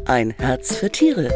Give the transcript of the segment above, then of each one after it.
Ein Herz für Tiere.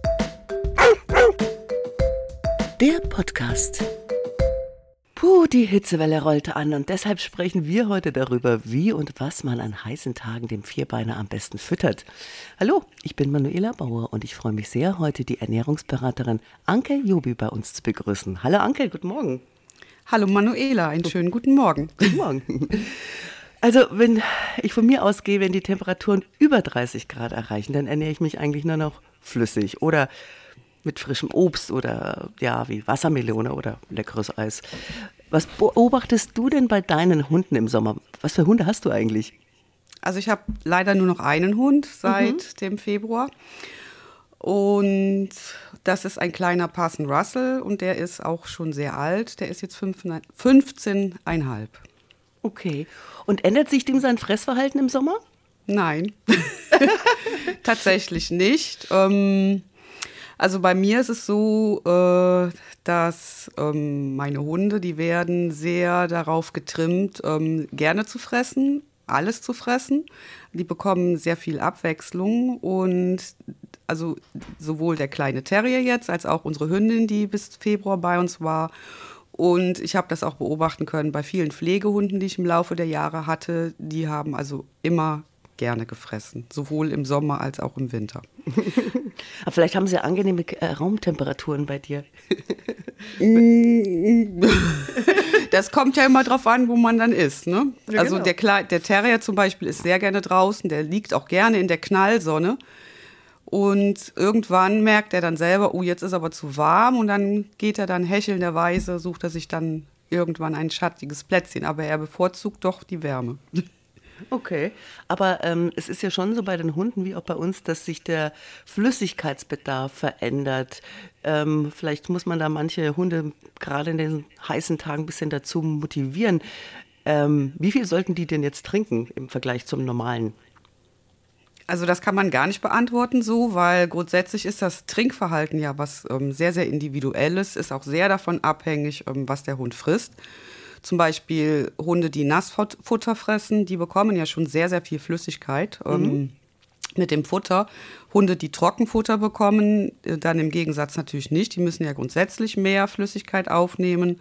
Der Podcast. Puh, die Hitzewelle rollte an und deshalb sprechen wir heute darüber, wie und was man an heißen Tagen dem Vierbeiner am besten füttert. Hallo, ich bin Manuela Bauer und ich freue mich sehr, heute die Ernährungsberaterin Anke Jobi bei uns zu begrüßen. Hallo Anke, guten Morgen. Hallo Manuela, einen schönen guten Morgen. Guten Morgen. Also wenn ich von mir ausgehe, wenn die Temperaturen über 30 Grad erreichen, dann ernähre ich mich eigentlich nur noch flüssig oder mit frischem Obst oder ja, wie Wassermelone oder leckeres Eis. Was beobachtest du denn bei deinen Hunden im Sommer? Was für Hunde hast du eigentlich? Also ich habe leider nur noch einen Hund seit dem Februar und das ist ein kleiner Parson Russell und der ist auch schon sehr alt. Der ist jetzt 15,5. Okay. Und ändert sich dem sein Fressverhalten im Sommer? Nein, tatsächlich nicht. Also bei mir ist es so, dass meine Hunde, die werden sehr darauf getrimmt, gerne zu fressen, alles zu fressen. Die bekommen sehr viel Abwechslung und also sowohl der kleine Terrier jetzt als auch unsere Hündin, die bis Februar bei uns war. Und ich habe das auch beobachten können bei vielen Pflegehunden, die ich im Laufe der Jahre hatte. Die haben also immer gerne gefressen, sowohl im Sommer als auch im Winter. Aber vielleicht haben sie angenehme Raumtemperaturen bei dir. Das kommt ja immer drauf an, wo man dann ist, ne? Ja, also genau. der Terrier zum Beispiel ist sehr gerne draußen, der liegt auch gerne in der Knallsonne. Und irgendwann merkt er dann selber, oh, jetzt ist aber zu warm und dann geht er dann hechelnderweise, sucht er sich dann irgendwann ein schattiges Plätzchen, aber er bevorzugt doch die Wärme. Okay, aber es ist ja schon so bei den Hunden wie auch bei uns, dass sich der Flüssigkeitsbedarf verändert. Vielleicht muss man da manche Hunde gerade in den heißen Tagen ein bisschen dazu motivieren. Wie viel sollten die denn jetzt trinken im Vergleich zum normalen? Also das kann man gar nicht beantworten so, weil grundsätzlich ist das Trinkverhalten ja was sehr, sehr Individuelles, ist auch sehr davon abhängig, was der Hund frisst. Zum Beispiel Hunde, die Nassfutter fressen, die bekommen ja schon sehr, sehr viel Flüssigkeit mit dem Futter. Hunde, die Trockenfutter bekommen, dann im Gegensatz natürlich nicht. Die müssen ja grundsätzlich mehr Flüssigkeit aufnehmen.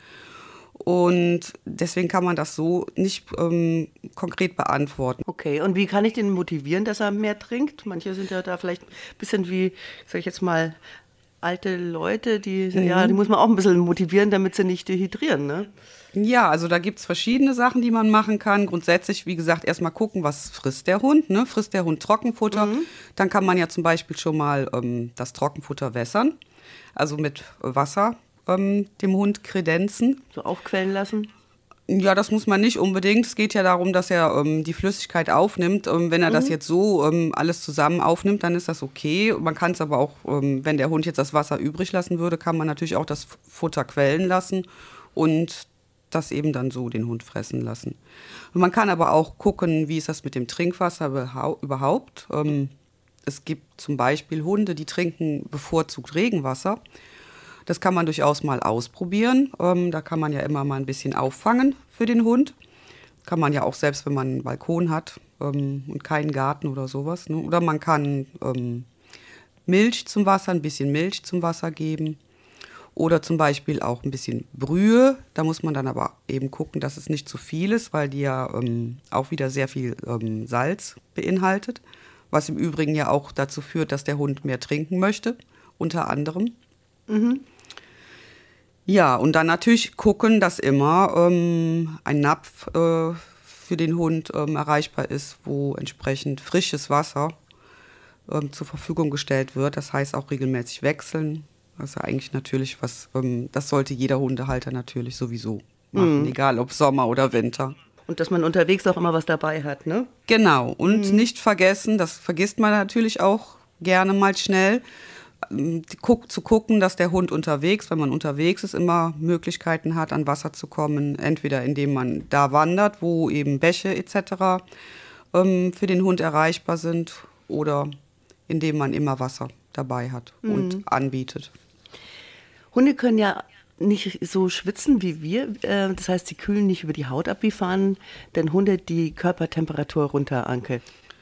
Und deswegen kann man das so nicht konkret beantworten. Okay, und wie kann ich den motivieren, dass er mehr trinkt? Manche sind ja da vielleicht ein bisschen wie, sag ich jetzt mal, alte Leute, die muss man auch ein bisschen motivieren, damit sie nicht dehydrieren, ne? Ja, also da gibt's verschiedene Sachen, die man machen kann. Grundsätzlich, wie gesagt, erstmal gucken, was frisst der Hund, ne? Frisst der Hund Trockenfutter? Dann kann man ja zum Beispiel schon mal das Trockenfutter wässern, also mit Wasser dem Hund kredenzen. So aufquellen lassen? Ja, das muss man nicht unbedingt. Es geht ja darum, dass er die Flüssigkeit aufnimmt. Wenn er das jetzt so alles zusammen aufnimmt, dann ist das okay. Man kann es aber auch, wenn der Hund jetzt das Wasser übrig lassen würde, kann man natürlich auch das Futter quellen lassen und das eben dann so den Hund fressen lassen. Und man kann aber auch gucken, wie ist das mit dem Trinkwasser überhaupt. Es gibt zum Beispiel Hunde, die trinken bevorzugt Regenwasser. Das kann man durchaus mal ausprobieren. Da kann man ja immer mal ein bisschen auffangen für den Hund. Kann man ja auch selbst, wenn man einen Balkon hat und keinen Garten oder sowas. Ne? Oder man kann Milch zum Wasser, ein bisschen Milch zum Wasser geben. Oder zum Beispiel auch ein bisschen Brühe. Da muss man dann aber eben gucken, dass es nicht zu viel ist, weil die ja auch wieder sehr viel Salz beinhaltet. Was im Übrigen ja auch dazu führt, dass der Hund mehr trinken möchte, unter anderem. Ja, und dann natürlich gucken, dass immer ein Napf für den Hund erreichbar ist, wo entsprechend frisches Wasser zur Verfügung gestellt wird. Das heißt auch regelmäßig wechseln. Das ist ja eigentlich natürlich was, das sollte jeder Hundehalter natürlich sowieso machen, egal ob Sommer oder Winter. Und dass man unterwegs auch immer was dabei hat, ne? Genau, und nicht vergessen, das vergisst man natürlich auch gerne mal schnell, zu gucken, dass der Hund unterwegs, wenn man unterwegs ist, immer Möglichkeiten hat, an Wasser zu kommen. Entweder indem man da wandert, wo eben Bäche etc. Für den Hund erreichbar sind, oder indem man immer Wasser dabei hat und anbietet. Hunde können ja nicht so schwitzen wie wir. Das heißt, sie kühlen nicht über die Haut ab. Wie fahren denn Hunde die Körpertemperatur runter, Anke?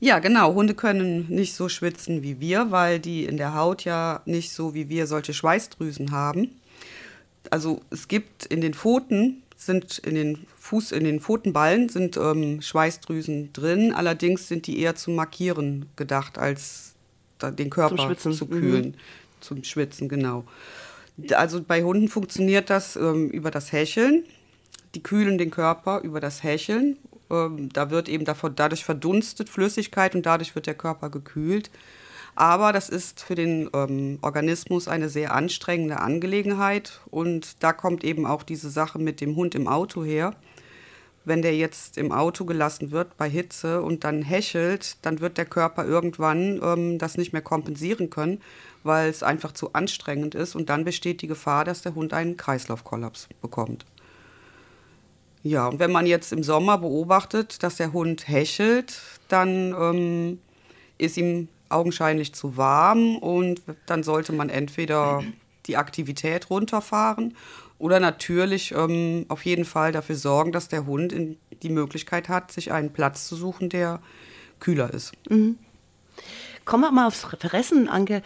Ja, genau. Hunde können nicht so schwitzen wie wir, weil die in der Haut ja nicht so wie wir solche Schweißdrüsen haben. Also es gibt in den Pfoten, in den Pfotenballen sind Schweißdrüsen drin. Allerdings sind die eher zum Markieren gedacht, als den Körper zu kühlen. Zum Schwitzen, genau. Also bei Hunden funktioniert das über das Hecheln. Die kühlen den Körper über das Hecheln. Da wird eben dadurch verdunstet Flüssigkeit und dadurch wird der Körper gekühlt. Aber das ist für den Organismus eine sehr anstrengende Angelegenheit. Und da kommt eben auch diese Sache mit dem Hund im Auto her. Wenn der jetzt im Auto gelassen wird bei Hitze und dann hechelt, dann wird der Körper irgendwann das nicht mehr kompensieren können, weil es einfach zu anstrengend ist. Und dann besteht die Gefahr, dass der Hund einen Kreislaufkollaps bekommt. Ja, und wenn man jetzt im Sommer beobachtet, dass der Hund hechelt, dann ist ihm augenscheinlich zu warm und dann sollte man entweder die Aktivität runterfahren oder natürlich auf jeden Fall dafür sorgen, dass der Hund die Möglichkeit hat, sich einen Platz zu suchen, der kühler ist. Mhm. Kommen wir mal aufs Fressen, Anke.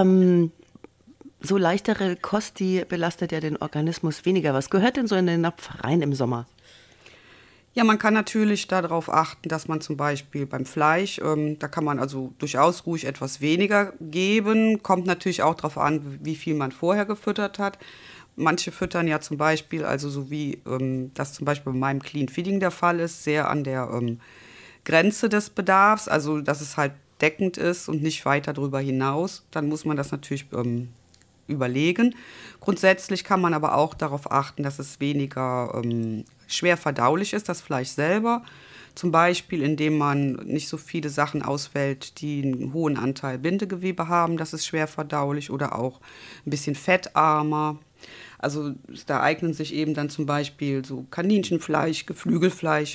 So leichtere Kost, die belastet ja den Organismus weniger. Was gehört denn so in den Napf rein im Sommer? Ja, man kann natürlich darauf achten, dass man zum Beispiel beim Fleisch, da kann man also durchaus ruhig etwas weniger geben. Kommt natürlich auch darauf an, wie viel man vorher gefüttert hat. Manche füttern ja zum Beispiel, also so wie das zum Beispiel bei meinem Clean Feeding der Fall ist, sehr an der Grenze des Bedarfs, also dass es halt deckend ist und nicht weiter darüber hinaus. Dann muss man das natürlich überlegen. Grundsätzlich kann man aber auch darauf achten, dass es weniger schwer verdaulich ist, das Fleisch selber. Zum Beispiel, indem man nicht so viele Sachen auswählt, die einen hohen Anteil Bindegewebe haben, das ist schwer verdaulich, oder auch ein bisschen fettarmer. Also da eignen sich eben dann zum Beispiel so Kaninchenfleisch, Geflügelfleisch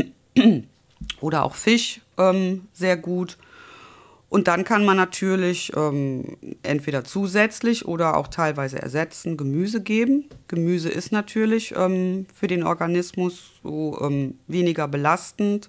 oder auch Fisch sehr gut. Und dann kann man natürlich entweder zusätzlich oder auch teilweise ersetzen Gemüse geben. Gemüse ist natürlich für den Organismus so weniger belastend,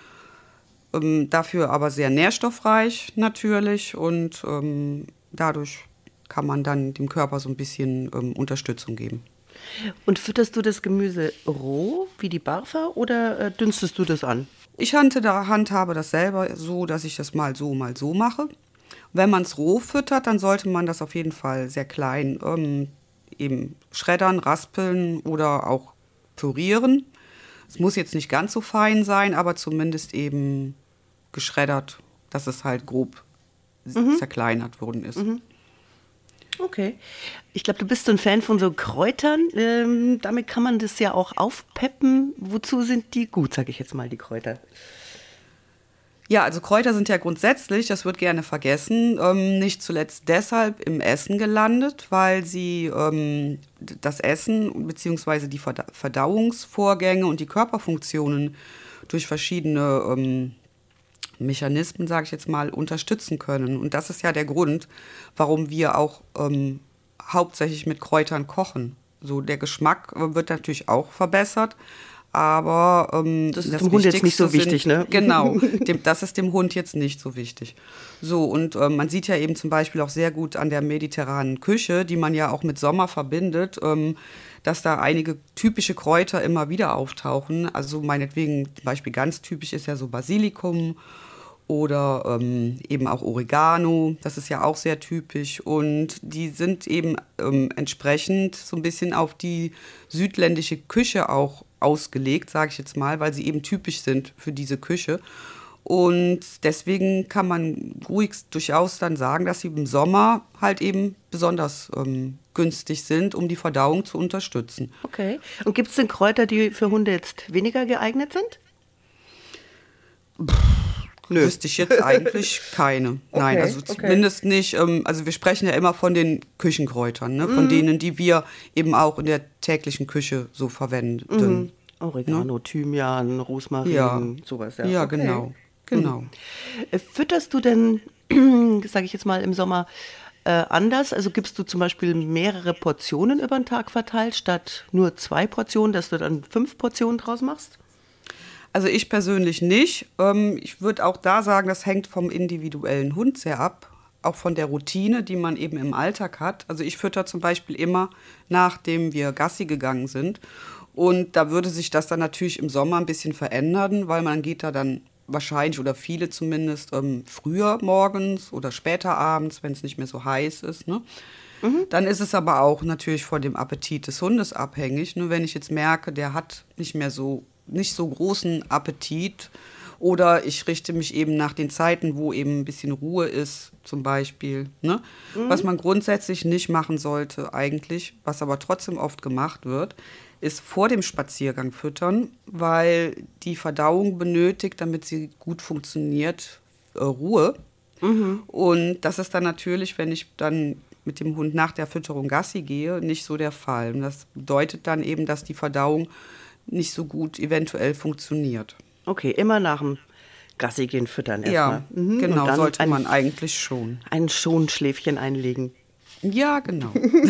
dafür aber sehr nährstoffreich natürlich. Und dadurch kann man dann dem Körper so ein bisschen Unterstützung geben. Und fütterst du das Gemüse roh, wie die Barfer, oder dünstest du das an? Ich handhabe das selber so, dass ich das mal so mache. Wenn man es roh füttert, dann sollte man das auf jeden Fall sehr klein eben schreddern, raspeln oder auch pürieren. Es muss jetzt nicht ganz so fein sein, aber zumindest eben geschreddert, dass es halt grob zerkleinert worden ist. Mhm. Okay. Ich glaube, du bist so ein Fan von so Kräutern. Damit kann man das ja auch aufpeppen. Wozu sind die gut, sage ich jetzt mal, die Kräuter? Ja, also Kräuter sind ja grundsätzlich, das wird gerne vergessen, nicht zuletzt deshalb im Essen gelandet, weil sie das Essen bzw. die Verdauungsvorgänge und die Körperfunktionen durch verschiedene Mechanismen, sage ich jetzt mal, unterstützen können. Und das ist ja der Grund, warum wir auch hauptsächlich mit Kräutern kochen. So, der Geschmack wird natürlich auch verbessert, aber das ist dem Hund jetzt nicht so wichtig, ne? Genau, das ist dem Hund jetzt nicht so wichtig. So, und man sieht ja eben zum Beispiel auch sehr gut an der mediterranen Küche, die man ja auch mit Sommer verbindet, dass da einige typische Kräuter immer wieder auftauchen. Also meinetwegen zum Beispiel ganz typisch ist ja so Basilikum oder eben auch Oregano, das ist ja auch sehr typisch. Und die sind eben entsprechend so ein bisschen auf die südländische Küche auch ausgelegt, sage ich jetzt mal, weil sie eben typisch sind für diese Küche. Und deswegen kann man ruhig durchaus dann sagen, dass sie im Sommer halt eben besonders günstig sind, um die Verdauung zu unterstützen. Okay. Und gibt es denn Kräuter, die für Hunde jetzt weniger geeignet sind? Nö. Wüsste ich jetzt eigentlich keine. Okay, nein, also zumindest nicht. Also wir sprechen ja immer von den Küchenkräutern, ne? Von denen, die wir eben auch in der täglichen Küche so verwenden. Oregano, Thymian, Rosmarin, sowas. Ja, okay. Genau. Fütterst du denn, sage ich jetzt mal, im Sommer anders? Also gibst du zum Beispiel mehrere Portionen über den Tag verteilt, statt nur 2 Portionen, dass du dann 5 Portionen draus machst? Also ich persönlich nicht. Ich würde auch da sagen, das hängt vom individuellen Hund sehr ab. Auch von der Routine, die man eben im Alltag hat. Also ich fütter zum Beispiel immer, nachdem wir Gassi gegangen sind. Und da würde sich das dann natürlich im Sommer ein bisschen verändern, weil man geht da dann wahrscheinlich, oder viele zumindest, früher morgens oder später abends, wenn es nicht mehr so heiß ist. Ne? Dann ist es aber auch natürlich von dem Appetit des Hundes abhängig. Nur wenn ich jetzt merke, der hat nicht so großen Appetit, oder ich richte mich eben nach den Zeiten, wo eben ein bisschen Ruhe ist, zum Beispiel. Ne? Was man grundsätzlich nicht machen sollte eigentlich, was aber trotzdem oft gemacht wird, ist vor dem Spaziergang füttern, weil die Verdauung benötigt, damit sie gut funktioniert, Ruhe. Und das ist dann natürlich, wenn ich dann mit dem Hund nach der Fütterung Gassi gehe, nicht so der Fall. Und das bedeutet dann eben, dass die Verdauung nicht so gut eventuell funktioniert. Okay, immer nach dem Gassi gehen füttern erstmal. Ja, genau, sollte man eigentlich schon. Ein Schonschläfchen einlegen. Ja, genau.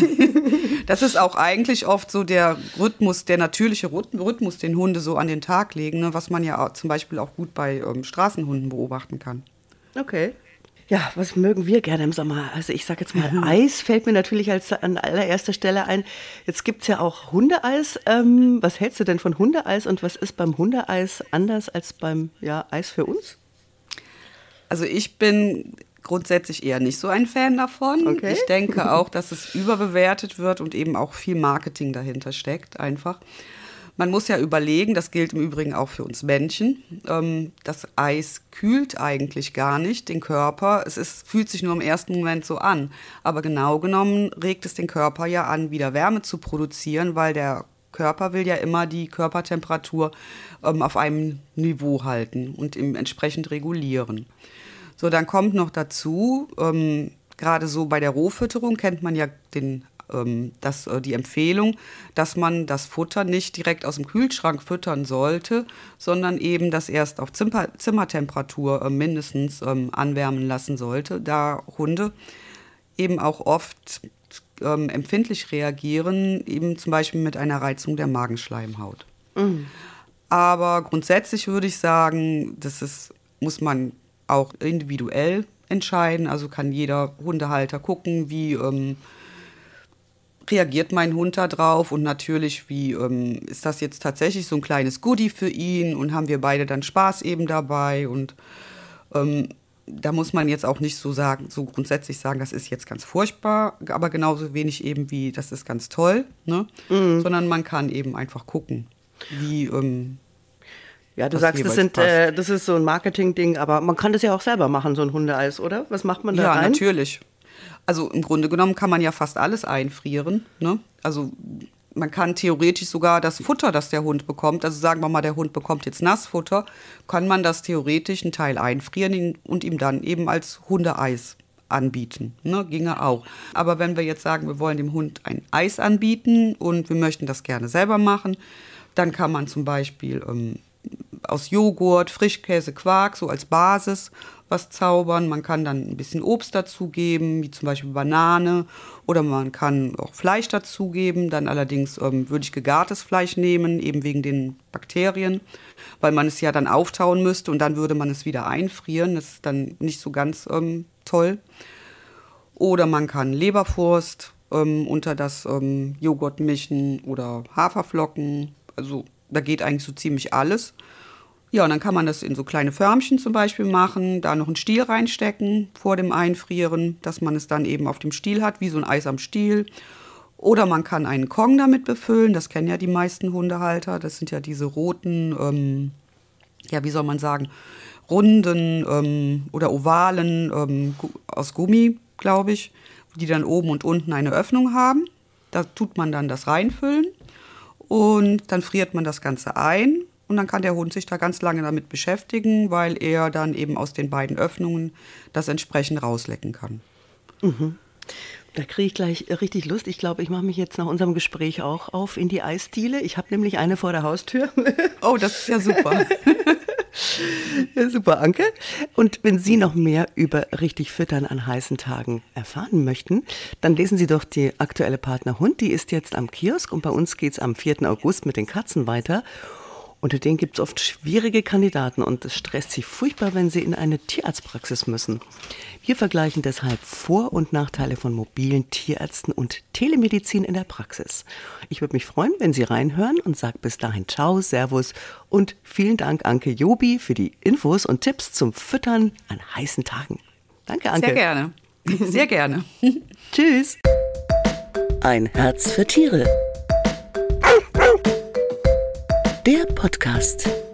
Das ist auch eigentlich oft so der Rhythmus, der natürliche Rhythmus, den Hunde so an den Tag legen, ne, was man ja auch, zum Beispiel auch gut bei Straßenhunden beobachten kann. Okay. Ja, was mögen wir gerne im Sommer? Also ich sage jetzt mal, Eis fällt mir natürlich an allererster Stelle ein. Jetzt gibt es ja auch Hundeeis. Was hältst du denn von Hundeeis und was ist beim Hundeeis anders als beim Eis für uns? Also ich bin grundsätzlich eher nicht so ein Fan davon. Okay. Ich denke auch, dass es überbewertet wird und eben auch viel Marketing dahinter steckt einfach. Man muss ja überlegen, das gilt im Übrigen auch für uns Männchen, das Eis kühlt eigentlich gar nicht den Körper. Fühlt sich nur im ersten Moment so an. Aber genau genommen regt es den Körper ja an, wieder Wärme zu produzieren, weil der Körper will ja immer die Körpertemperatur auf einem Niveau halten und entsprechend regulieren. So, dann kommt noch dazu, gerade so bei der Rohfütterung kennt man ja die Empfehlung, dass man das Futter nicht direkt aus dem Kühlschrank füttern sollte, sondern eben das erst auf Zimmertemperatur mindestens anwärmen lassen sollte, da Hunde eben auch oft empfindlich reagieren, eben zum Beispiel mit einer Reizung der Magenschleimhaut. Aber grundsätzlich würde ich sagen, muss man auch individuell entscheiden, also kann jeder Hundehalter gucken, wie reagiert mein Hund da drauf und natürlich, wie ist das jetzt tatsächlich so ein kleines Goodie für ihn und haben wir beide dann Spaß eben dabei und da muss man jetzt auch nicht so grundsätzlich sagen, das ist jetzt ganz furchtbar, aber genauso wenig eben wie, das ist ganz toll, ne? Sondern man kann eben einfach gucken, wie ja, du sagst, das ist so ein Marketing-Ding, aber man kann das ja auch selber machen, so ein Hundeeis, oder? Was macht man da rein? Ja, natürlich. Also im Grunde genommen kann man ja fast alles einfrieren, ne? Also man kann theoretisch sogar das Futter, das der Hund bekommt, also sagen wir mal, der Hund bekommt jetzt Nassfutter, kann man das theoretisch einen Teil einfrieren und ihm dann eben als Hundeeis anbieten, ne? Ginge auch. Aber wenn wir jetzt sagen, wir wollen dem Hund ein Eis anbieten und wir möchten das gerne selber machen, dann kann man zum Beispiel aus Joghurt, Frischkäse, Quark, so als Basis was zaubern. Man kann dann ein bisschen Obst dazugeben, wie zum Beispiel Banane. Oder man kann auch Fleisch dazugeben. Dann allerdings würde ich gegartes Fleisch nehmen, eben wegen den Bakterien, weil man es ja dann auftauen müsste und dann würde man es wieder einfrieren. Das ist dann nicht so ganz toll. Oder man kann Leberwurst unter das Joghurt mischen oder Haferflocken. Also da geht eigentlich so ziemlich alles. Ja, und dann kann man das in so kleine Förmchen zum Beispiel machen, da noch einen Stiel reinstecken vor dem Einfrieren, dass man es dann eben auf dem Stiel hat, wie so ein Eis am Stiel. Oder man kann einen Kong damit befüllen, das kennen ja die meisten Hundehalter. Das sind ja diese roten, wie soll man sagen, runden oder ovalen aus Gummi, glaube ich, die dann oben und unten eine Öffnung haben. Da tut man dann das reinfüllen und dann friert man das Ganze ein. Und dann kann der Hund sich da ganz lange damit beschäftigen, weil er dann eben aus den beiden Öffnungen das entsprechend rauslecken kann. Mhm. Da kriege ich gleich richtig Lust. Ich glaube, ich mache mich jetzt nach unserem Gespräch auch auf in die Eisdiele. Ich habe nämlich eine vor der Haustür. Oh, das ist ja super. Ja, super, Anke. Und wenn Sie noch mehr über richtig Füttern an heißen Tagen erfahren möchten, dann lesen Sie doch die aktuelle Partner Hund. Die ist jetzt am Kiosk und bei uns geht es am 4. August mit den Katzen weiter. Unter denen gibt es oft schwierige Kandidaten und es stresst sie furchtbar, wenn sie in eine Tierarztpraxis müssen. Wir vergleichen deshalb Vor- und Nachteile von mobilen Tierärzten und Telemedizin in der Praxis. Ich würde mich freuen, wenn Sie reinhören und sage bis dahin Ciao, Servus und vielen Dank, Anke Jobi, für die Infos und Tipps zum Füttern an heißen Tagen. Danke, Anke. Sehr gerne. Sehr gerne. Tschüss. Ein Herz für Tiere. Der Podcast.